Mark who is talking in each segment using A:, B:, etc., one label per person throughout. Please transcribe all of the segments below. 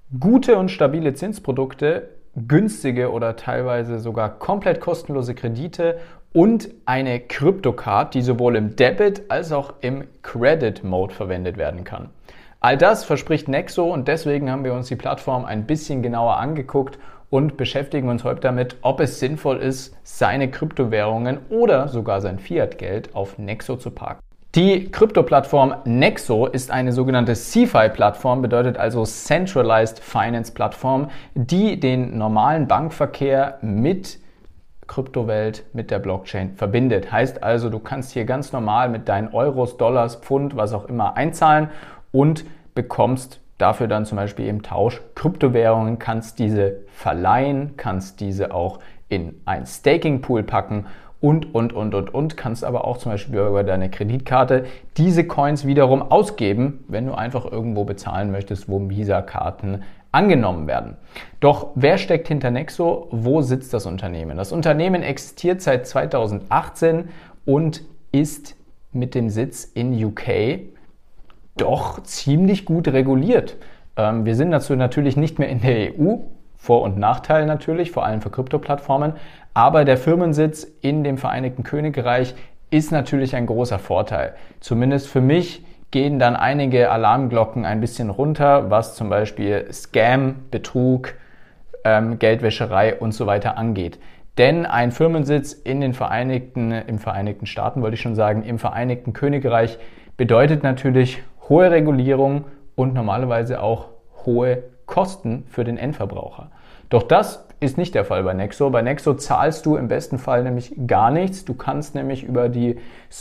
A: Gute und stabile Zinsprodukte, günstige oder teilweise sogar komplett kostenlose Kredite und eine Kryptocard, die sowohl im Debit als auch im Credit Mode verwendet werden kann. All das verspricht Nexo und deswegen haben wir uns die Plattform ein bisschen genauer angeguckt und beschäftigen uns heute damit, ob es sinnvoll ist, seine Kryptowährungen oder sogar sein Fiat-Geld auf Nexo zu parken. Die Krypto-Plattform Nexo ist eine sogenannte CeFi-Plattform, bedeutet also Centralized Finance Plattform, die den normalen Bankverkehr mit Kryptowelt, mit der Blockchain verbindet. Heißt also, du kannst hier ganz normal mit deinen Euros, Dollars, Pfund, was auch immer einzahlen und bekommst dafür dann zum Beispiel im Tausch Kryptowährungen, kannst diese verleihen, kannst diese auch in ein Staking-Pool packen und, kannst aber auch zum Beispiel über deine Kreditkarte diese Coins wiederum ausgeben, wenn du einfach irgendwo bezahlen möchtest, wo Visa-Karten angenommen werden. Doch wer steckt hinter Nexo? Wo sitzt das Unternehmen? Das Unternehmen existiert seit 2018 und ist mit dem Sitz in UK doch ziemlich gut reguliert. Wir sind dazu natürlich nicht mehr in der EU, Vor- und Nachteil natürlich, vor allem für Krypto-Plattformen, aber der Firmensitz in dem Vereinigten Königreich ist natürlich ein großer Vorteil. Zumindest für mich gehen dann einige Alarmglocken ein bisschen runter, was zum Beispiel Scam, Betrug, Geldwäscherei und so weiter angeht. Denn ein Firmensitz im Vereinigten Staaten, wollte ich schon sagen, im Vereinigten Königreich bedeutet natürlich hohe Regulierung und normalerweise auch hohe Kosten für den Endverbraucher. Doch das ist nicht der Fall bei Nexo. Bei Nexo zahlst du im besten Fall nämlich gar nichts. Du kannst nämlich über die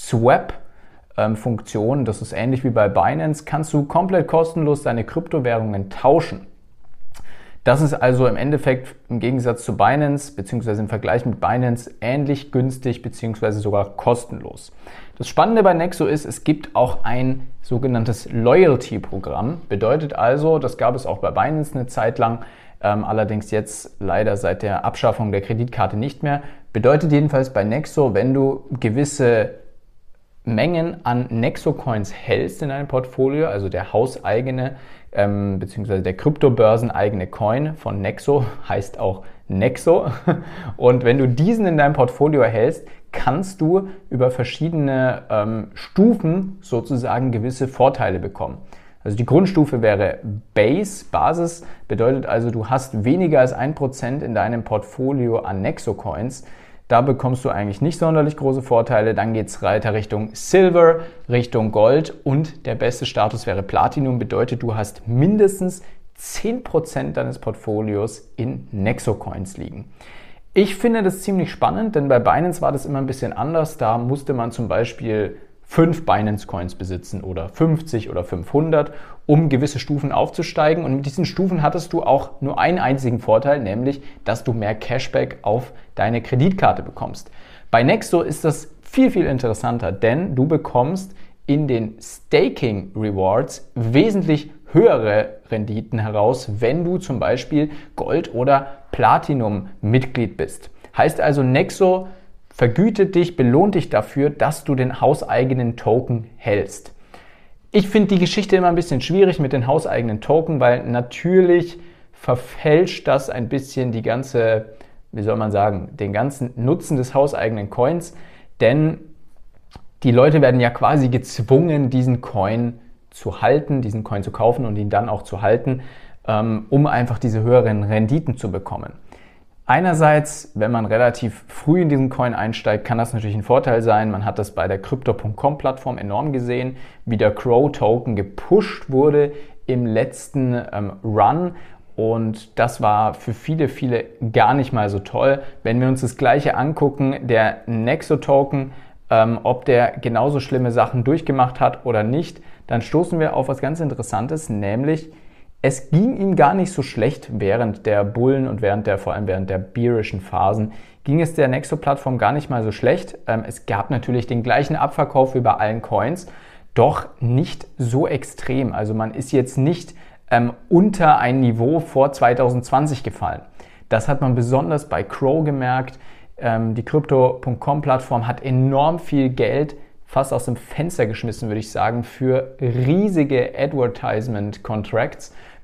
A: Swap-Funktion, das ist ähnlich wie bei Binance, kannst du komplett kostenlos deine Kryptowährungen tauschen. Das ist also im Endeffekt im Gegensatz zu Binance bzw. im Vergleich mit Binance ähnlich günstig bzw. sogar kostenlos. Das Spannende bei Nexo ist, es gibt auch ein sogenanntes Loyalty-Programm. Bedeutet also, das gab es auch bei Binance eine Zeit lang, allerdings jetzt leider seit der Abschaffung der Kreditkarte nicht mehr. Bedeutet jedenfalls bei Nexo, wenn du gewisse Mengen an Nexo-Coins hältst in deinem Portfolio, also der hauseigene bzw. der Kryptobörseneigene Coin von Nexo heißt auch Nexo. Und wenn du diesen in deinem Portfolio hältst, kannst du über verschiedene Stufen sozusagen gewisse Vorteile bekommen. Also die Grundstufe wäre Basis, bedeutet also, du hast weniger als 1% in deinem Portfolio an Nexo-Coins. Da bekommst du eigentlich nicht sonderlich große Vorteile. Dann geht es weiter Richtung Silver, Richtung Gold und der beste Status wäre Platinum. Bedeutet, du hast mindestens 10% deines Portfolios in Nexo-Coins liegen. Ich finde das ziemlich spannend, denn bei Binance war das immer ein bisschen anders. Da musste man zum Beispiel 5 Binance-Coins besitzen oder 50 oder 500, um gewisse Stufen aufzusteigen. Und mit diesen Stufen hattest du auch nur einen einzigen Vorteil, nämlich, dass du mehr Cashback auf deine Kreditkarte bekommst. Bei Nexo ist das viel, viel interessanter, denn du bekommst in den Staking Rewards wesentlich höhere Renditen heraus, wenn du zum Beispiel Gold- oder Platinum-Mitglied bist. Heißt also, Nexo vergütet dich, belohnt dich dafür, dass du den hauseigenen Token hältst. Ich finde die Geschichte immer ein bisschen schwierig mit den hauseigenen Token, weil natürlich verfälscht das ein bisschen die ganze, den ganzen Nutzen des hauseigenen Coins, denn die Leute werden ja quasi gezwungen, diesen Coin zu halten, diesen Coin zu kaufen und ihn dann auch zu halten, um einfach diese höheren Renditen zu bekommen. Einerseits, wenn man relativ früh in diesen Coin einsteigt, kann das natürlich ein Vorteil sein. Man hat das bei der Crypto.com-Plattform enorm gesehen, wie der Crow-Token gepusht wurde im letzten Run. Und das war für viele, viele gar nicht mal so toll. Wenn wir uns das Gleiche angucken, der Nexo-Token, ob der genauso schlimme Sachen durchgemacht hat oder nicht, dann stoßen wir auf was ganz Interessantes, nämlich es ging ihm gar nicht so schlecht während der Bullen und vor allem während der bearischen Phasen ging es der Nexo-Plattform gar nicht mal so schlecht. Es gab natürlich den gleichen Abverkauf wie bei allen Coins, doch nicht so extrem. Also man ist jetzt nicht unter ein Niveau vor 2020 gefallen. Das hat man besonders bei Crow gemerkt. Die Crypto.com-Plattform hat enorm viel Geld fast aus dem Fenster geschmissen, würde ich sagen, für riesige Advertisement-Contracts.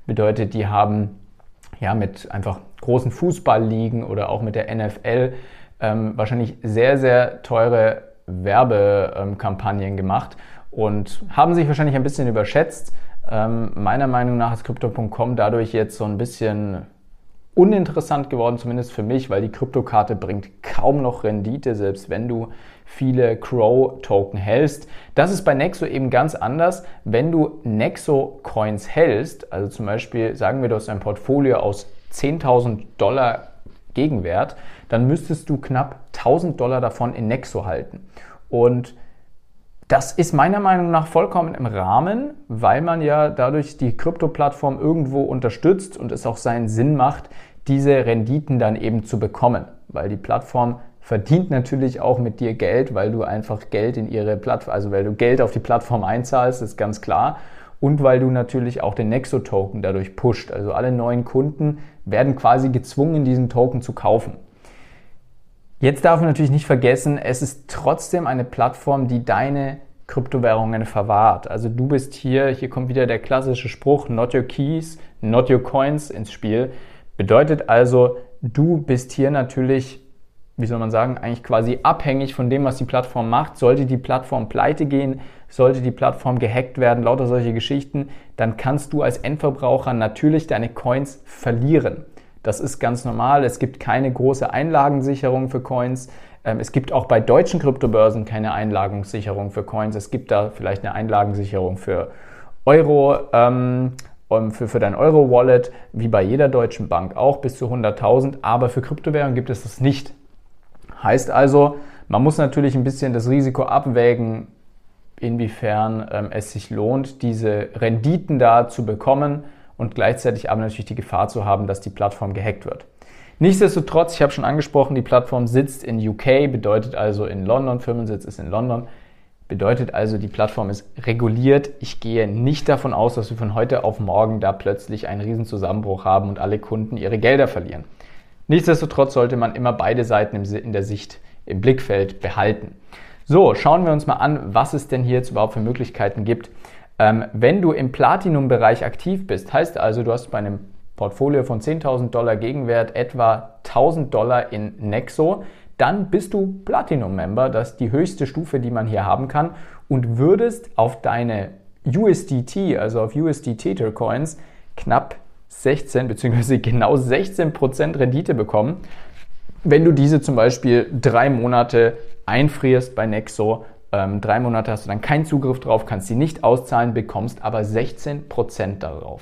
A: Bedeutet, die haben ja mit einfach großen Fußballligen oder auch mit der NFL wahrscheinlich sehr, sehr teure Werbekampagnen gemacht und haben sich wahrscheinlich ein bisschen überschätzt. Meiner Meinung nach ist Crypto.com dadurch jetzt so ein bisschen uninteressant geworden, zumindest für mich, weil die Kryptokarte bringt kaum noch Rendite, selbst wenn du viele Crow-Token hältst. Das ist bei Nexo eben ganz anders. Wenn du Nexo-Coins hältst, also zum Beispiel sagen wir, du hast ein Portfolio aus $10.000 Gegenwert, dann müsstest du knapp $1.000 davon in Nexo halten. Und das ist meiner Meinung nach vollkommen im Rahmen, weil man ja dadurch die Krypto-Plattform irgendwo unterstützt und es auch seinen Sinn macht, diese Renditen dann eben zu bekommen. Weil die Plattform verdient natürlich auch mit dir Geld, weil du einfach Geld in ihre Plattform, also weil du Geld auf die Plattform einzahlst, ist ganz klar. Und weil du natürlich auch den Nexo-Token dadurch pusht. Also alle neuen Kunden werden quasi gezwungen, diesen Token zu kaufen. Jetzt darf man natürlich nicht vergessen, es ist trotzdem eine Plattform, die deine Kryptowährungen verwahrt. Also du bist hier kommt wieder der klassische Spruch, not your keys, not your coins ins Spiel. Bedeutet also, du bist hier natürlich, wie soll man sagen, eigentlich quasi abhängig von dem, was die Plattform macht. Sollte die Plattform pleite gehen, sollte die Plattform gehackt werden, lauter solche Geschichten, dann kannst du als Endverbraucher natürlich deine Coins verlieren. Das ist ganz normal. Es gibt keine große Einlagensicherung für Coins. Es gibt auch bei deutschen Kryptobörsen keine Einlagensicherung für Coins. Es gibt da vielleicht eine Einlagensicherung für Euro, für dein Euro-Wallet, wie bei jeder deutschen Bank auch, bis zu 100.000. Aber für Kryptowährungen gibt es das nicht. Heißt also, man muss natürlich ein bisschen das Risiko abwägen, inwiefern es sich lohnt, diese Renditen da zu bekommen und gleichzeitig aber natürlich die Gefahr zu haben, dass die Plattform gehackt wird. Nichtsdestotrotz, ich habe schon angesprochen, die Plattform sitzt in UK, bedeutet also in London, Firmensitz ist in London, bedeutet also, die Plattform ist reguliert. Ich gehe nicht davon aus, dass wir von heute auf morgen da plötzlich einen riesen Zusammenbruch haben und alle Kunden ihre Gelder verlieren. Nichtsdestotrotz sollte man immer beide Seiten in der Sicht im Blickfeld behalten. So, schauen wir uns mal an, was es denn hier jetzt überhaupt für Möglichkeiten gibt. Wenn du im Platinum-Bereich aktiv bist, heißt also, du hast bei einem Portfolio von $10.000 Gegenwert etwa $1.000 in Nexo, dann bist du Platinum-Member, das ist die höchste Stufe, die man hier haben kann, und würdest auf deine USDT, also auf USD Tether Coins, knapp 16 bzw. genau 16% Rendite bekommen, wenn du diese zum Beispiel 3 Monate einfrierst bei Nexo. 3 Monate hast du dann keinen Zugriff drauf, kannst sie nicht auszahlen, bekommst aber 16% darauf.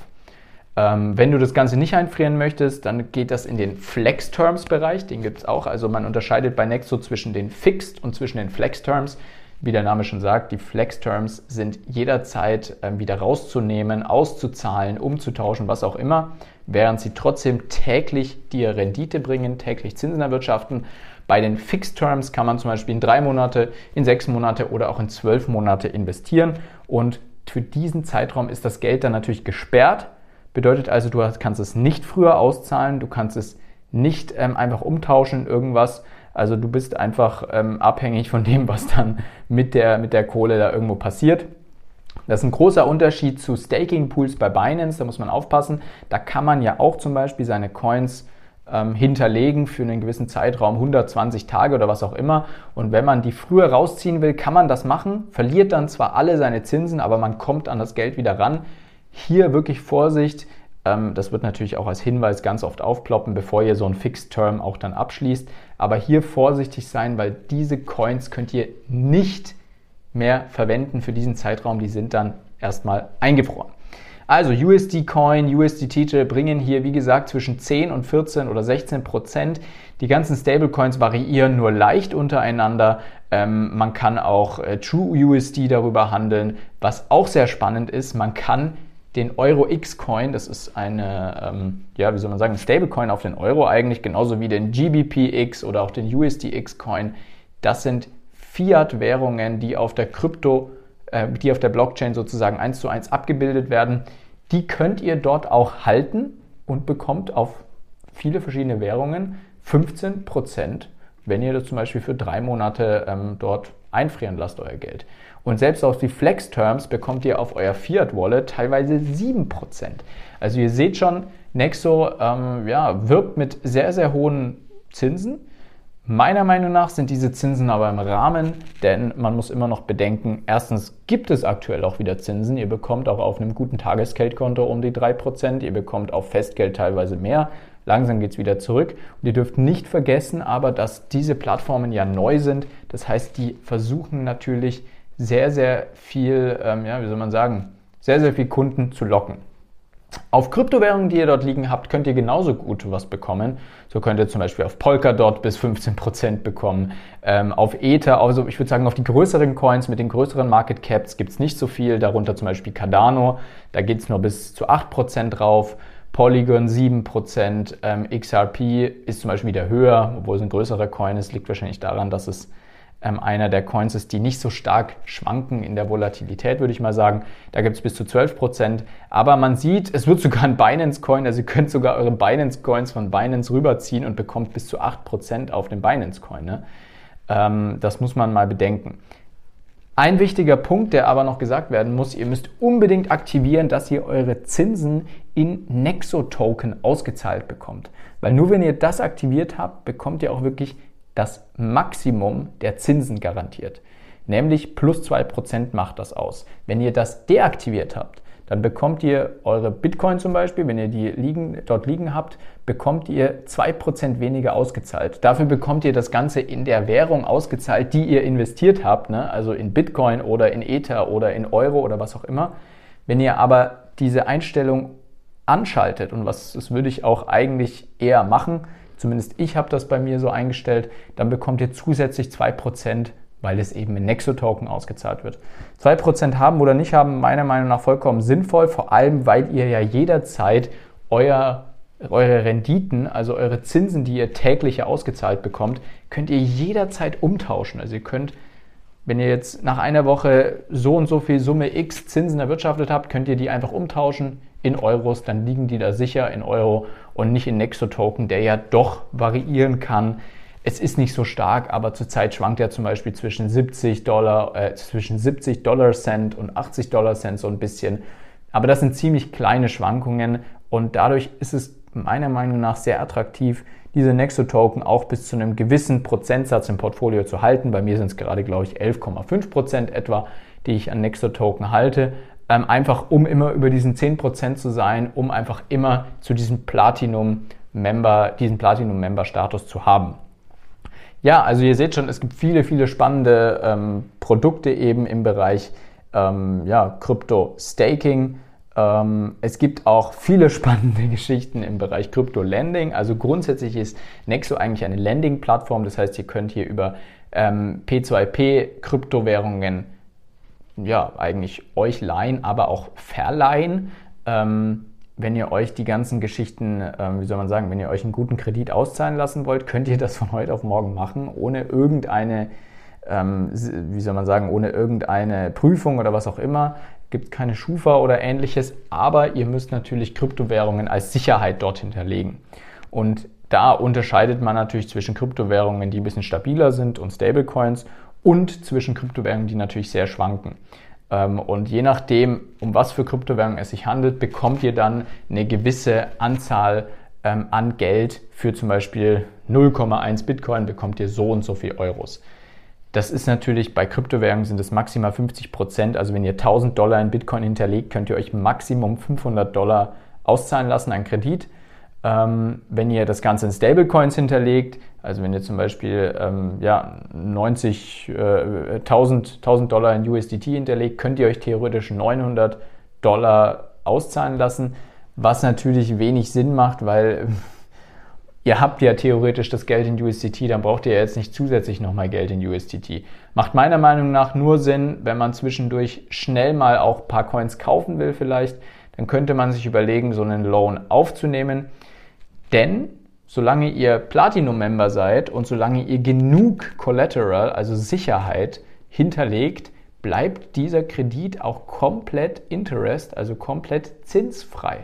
A: Wenn du das Ganze nicht einfrieren möchtest, dann geht das in den Flex-Terms-Bereich, den gibt es auch. Also man unterscheidet bei Nexo zwischen den Fixed und zwischen den Flex-Terms. Wie der Name schon sagt, die Flex-Terms sind jederzeit wieder rauszunehmen, auszuzahlen, umzutauschen, was auch immer, während sie trotzdem täglich dir Rendite bringen, täglich Zinsen erwirtschaften. Bei den Fixed Terms kann man zum Beispiel in 3 Monate, in 6 Monate oder auch in 12 Monate investieren und für diesen Zeitraum ist das Geld dann natürlich gesperrt. Bedeutet also, du kannst es nicht früher auszahlen, du kannst es nicht einfach umtauschen in irgendwas. Also du bist einfach abhängig von dem, was dann mit der Kohle da irgendwo passiert. Das ist ein großer Unterschied zu Staking-Pools bei Binance, da muss man aufpassen. Da kann man ja auch zum Beispiel seine Coins hinterlegen für einen gewissen Zeitraum, 120 Tage oder was auch immer. Und wenn man die früher rausziehen will, kann man das machen, verliert dann zwar alle seine Zinsen, aber man kommt an das Geld wieder ran. Hier wirklich Vorsicht, das wird natürlich auch als Hinweis ganz oft aufploppen, bevor ihr so ein Fixed Term auch dann abschließt. Aber hier vorsichtig sein, weil diese Coins könnt ihr nicht mehr verwenden für diesen Zeitraum, die sind dann erstmal eingefroren. Also USD Coin, USD Tether bringen hier, wie gesagt, zwischen 10 und 14 oder 16%. Die ganzen Stablecoins variieren nur leicht untereinander. Man kann auch True USD darüber handeln. Was auch sehr spannend ist, man kann den Euro X-Coin, das ist eine, wie soll man sagen, ein Stablecoin auf den Euro eigentlich, genauso wie den GBP-X oder auch den USD-X-Coin. Das sind Fiat-Währungen, die auf der Blockchain sozusagen 1:1 abgebildet werden. Die könnt ihr dort auch halten und bekommt auf viele verschiedene Währungen 15%, wenn ihr das zum Beispiel für 3 Monate dort einfrieren lasst euer Geld. Und selbst auf die Flex-Terms bekommt ihr auf euer Fiat-Wallet teilweise 7%. Also ihr seht schon, Nexo wirbt mit sehr, sehr hohen Zinsen. Meiner Meinung nach sind diese Zinsen aber im Rahmen, denn man muss immer noch bedenken, erstens gibt es aktuell auch wieder Zinsen. Ihr bekommt auch auf einem guten Tagesgeldkonto um die 3%, ihr bekommt auf Festgeld teilweise mehr. Langsam geht es wieder zurück. Und ihr dürft nicht vergessen aber, dass diese Plattformen ja neu sind. Das heißt, die versuchen natürlich sehr, sehr viel, sehr, sehr viel Kunden zu locken. Auf Kryptowährungen, die ihr dort liegen habt, könnt ihr genauso gut was bekommen. So könnt ihr zum Beispiel auf Polkadot bis 15% bekommen. Auf Ether, also ich würde sagen, auf die größeren Coins mit den größeren Market Caps gibt es nicht so viel. Darunter zum Beispiel Cardano, da geht es nur bis zu 8% drauf. Polygon 7%, XRP ist zum Beispiel wieder höher, obwohl es ein größerer Coin ist. Liegt wahrscheinlich daran, dass es einer der Coins ist, die nicht so stark schwanken in der Volatilität, würde ich mal sagen. Da gibt es bis zu 12%. Aber man sieht, es wird sogar ein Binance-Coin, also ihr könnt sogar eure Binance-Coins von Binance rüberziehen und bekommt bis zu 8% auf den Binance-Coin. Ne? Das muss man mal bedenken. Ein wichtiger Punkt, der aber noch gesagt werden muss, ihr müsst unbedingt aktivieren, dass ihr eure Zinsen in Nexo-Token ausgezahlt bekommt. Weil nur wenn ihr das aktiviert habt, bekommt ihr auch wirklich das Maximum der Zinsen garantiert. Nämlich plus 2% macht das aus. Wenn ihr das deaktiviert habt, dann bekommt ihr eure Bitcoin zum Beispiel, wenn ihr die dort liegen habt, bekommt ihr 2% weniger ausgezahlt. Dafür bekommt ihr das Ganze in der Währung ausgezahlt, die ihr investiert habt, ne? Also in Bitcoin oder in Ether oder in Euro oder was auch immer. Wenn ihr aber diese Einstellung anschaltet, und das würde ich auch eigentlich eher machen, zumindest ich habe das bei mir so eingestellt, dann bekommt ihr zusätzlich 2%, weil es eben in Nexo-Token ausgezahlt wird. 2% haben oder nicht haben, meiner Meinung nach vollkommen sinnvoll, vor allem, weil ihr ja jederzeit eure Renditen, also eure Zinsen, die ihr täglich ausgezahlt bekommt, könnt ihr jederzeit umtauschen. Also ihr könnt, wenn ihr jetzt nach einer Woche so und so viel Summe X Zinsen erwirtschaftet habt, könnt ihr die einfach umtauschen in Euros, dann liegen die da sicher in Euro und nicht in Nexo-Token, der ja doch variieren kann. Es ist nicht so stark, aber zurzeit schwankt er zum Beispiel zwischen 70 Dollar-Cent und 80 Dollar-Cent so ein bisschen. Aber das sind ziemlich kleine Schwankungen und dadurch ist es meiner Meinung nach sehr attraktiv, diese Nexo-Token auch bis zu einem gewissen Prozentsatz im Portfolio zu halten. Bei mir sind es gerade, glaube ich, 11,5% etwa, die ich an Nexo-Token halte. Einfach um immer über diesen 10% zu sein, um einfach immer zu diesem Platinum-Member-Status zu haben. Ja, also ihr seht schon, es gibt viele, viele spannende Produkte eben im Bereich Crypto-Staking. Es gibt auch viele spannende Geschichten im Bereich Crypto-Lending. Also grundsätzlich ist Nexo eigentlich eine Lending-Plattform. Das heißt, ihr könnt hier über P2P-Kryptowährungen eigentlich euch leihen, aber auch verleihen. Wenn ihr euch die ganzen Geschichten, wenn ihr euch einen guten Kredit auszahlen lassen wollt, könnt ihr das von heute auf morgen machen, ohne irgendeine Prüfung oder was auch immer. Gibt keine Schufa oder ähnliches, aber ihr müsst natürlich Kryptowährungen als Sicherheit dort hinterlegen. Und da unterscheidet man natürlich zwischen Kryptowährungen, die ein bisschen stabiler sind und Stablecoins und zwischen Kryptowährungen, die natürlich sehr schwanken. Und je nachdem, um was für Kryptowährungen es sich handelt, bekommt ihr dann eine gewisse Anzahl an Geld. Für zum Beispiel 0,1 Bitcoin bekommt ihr so und so viel Euros. Das ist natürlich, bei Kryptowährungen sind es maximal 50%. Also wenn ihr $1.000 in Bitcoin hinterlegt, könnt ihr euch Maximum $500 auszahlen lassen an Kredit. Wenn ihr das Ganze in Stablecoins hinterlegt, also wenn ihr zum Beispiel $1.000 in USDT hinterlegt, könnt ihr euch theoretisch $900 auszahlen lassen, was natürlich wenig Sinn macht, weil ihr habt ja theoretisch das Geld in USDT, dann braucht ihr jetzt nicht zusätzlich nochmal Geld in USDT. Macht meiner Meinung nach nur Sinn, wenn man zwischendurch schnell mal auch ein paar Coins kaufen will vielleicht, dann könnte man sich überlegen, so einen Loan aufzunehmen. Denn solange ihr Platinum-Member seid und solange ihr genug Collateral, also Sicherheit, hinterlegt, bleibt dieser Kredit auch komplett Interest, also komplett zinsfrei.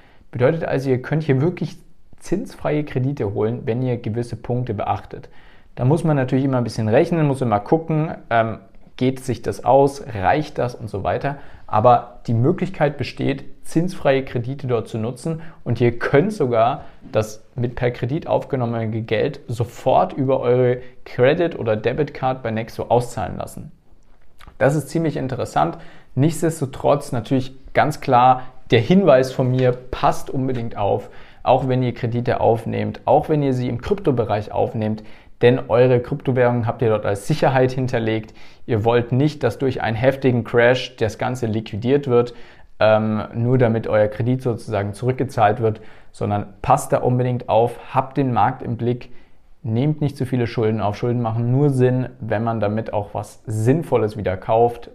A: Bedeutet also, ihr könnt hier wirklich zinsfreie Kredite holen, wenn ihr gewisse Punkte beachtet. Da muss man natürlich immer ein bisschen rechnen, muss immer gucken, geht sich das aus, reicht das und so weiter. Aber die Möglichkeit besteht, zinsfreie Kredite dort zu nutzen und ihr könnt sogar das mit per Kredit aufgenommene Geld sofort über eure Credit- oder Debitcard bei Nexo auszahlen lassen. Das ist ziemlich interessant. Nichtsdestotrotz natürlich ganz klar der Hinweis von mir, passt unbedingt auf, auch wenn ihr Kredite aufnehmt, auch wenn ihr sie im Kryptobereich aufnehmt, denn eure Kryptowährungen habt ihr dort als Sicherheit hinterlegt. Ihr wollt nicht, dass durch einen heftigen Crash das Ganze liquidiert wird, nur damit euer Kredit sozusagen zurückgezahlt wird, sondern passt da unbedingt auf, habt den Markt im Blick, nehmt nicht zu viele Schulden auf. Schulden machen nur Sinn, wenn man damit auch was Sinnvolles wieder kauft.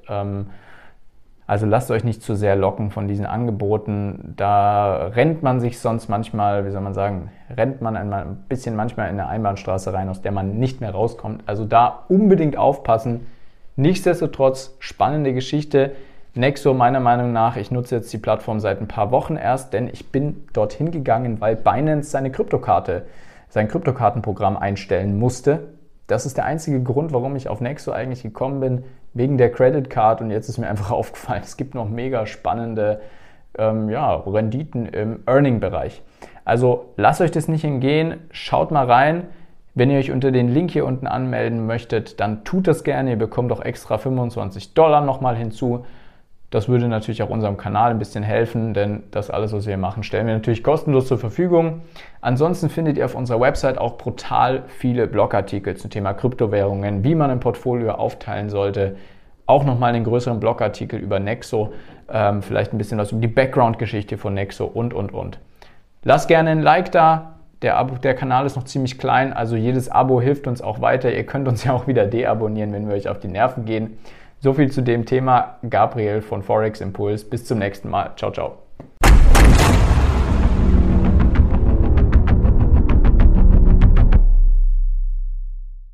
A: Also lasst euch nicht zu sehr locken von diesen Angeboten. Da rennt man sich sonst manchmal, wie soll man sagen, rennt man ein bisschen manchmal in eine Einbahnstraße rein, aus der man nicht mehr rauskommt. Also da unbedingt aufpassen. Nichtsdestotrotz, spannende Geschichte. Nexo meiner Meinung nach, ich nutze jetzt die Plattform seit ein paar Wochen erst, denn ich bin dorthin gegangen, weil Binance sein Kryptokartenprogramm einstellen musste. Das ist der einzige Grund, warum ich auf Nexo eigentlich gekommen bin, wegen der Credit Card, und jetzt ist mir einfach aufgefallen, es gibt noch mega spannende Renditen im Earning-Bereich. Also lasst euch das nicht entgehen, schaut mal rein. Wenn ihr euch unter den Link hier unten anmelden möchtet, dann tut das gerne. Ihr bekommt auch extra $25 nochmal hinzu. Das würde natürlich auch unserem Kanal ein bisschen helfen, denn das alles, was wir machen, stellen wir natürlich kostenlos zur Verfügung. Ansonsten findet ihr auf unserer Website auch brutal viele Blogartikel zum Thema Kryptowährungen, wie man ein Portfolio aufteilen sollte. Auch nochmal einen größeren Blogartikel über Nexo, vielleicht ein bisschen was über die Background-Geschichte von Nexo und. Lasst gerne ein Like da. Der Kanal ist noch ziemlich klein, also jedes Abo hilft uns auch weiter. Ihr könnt uns ja auch wieder deabonnieren, wenn wir euch auf die Nerven gehen. So viel zu dem Thema. Gabriel von Forex Impuls. Bis zum nächsten Mal. Ciao, ciao.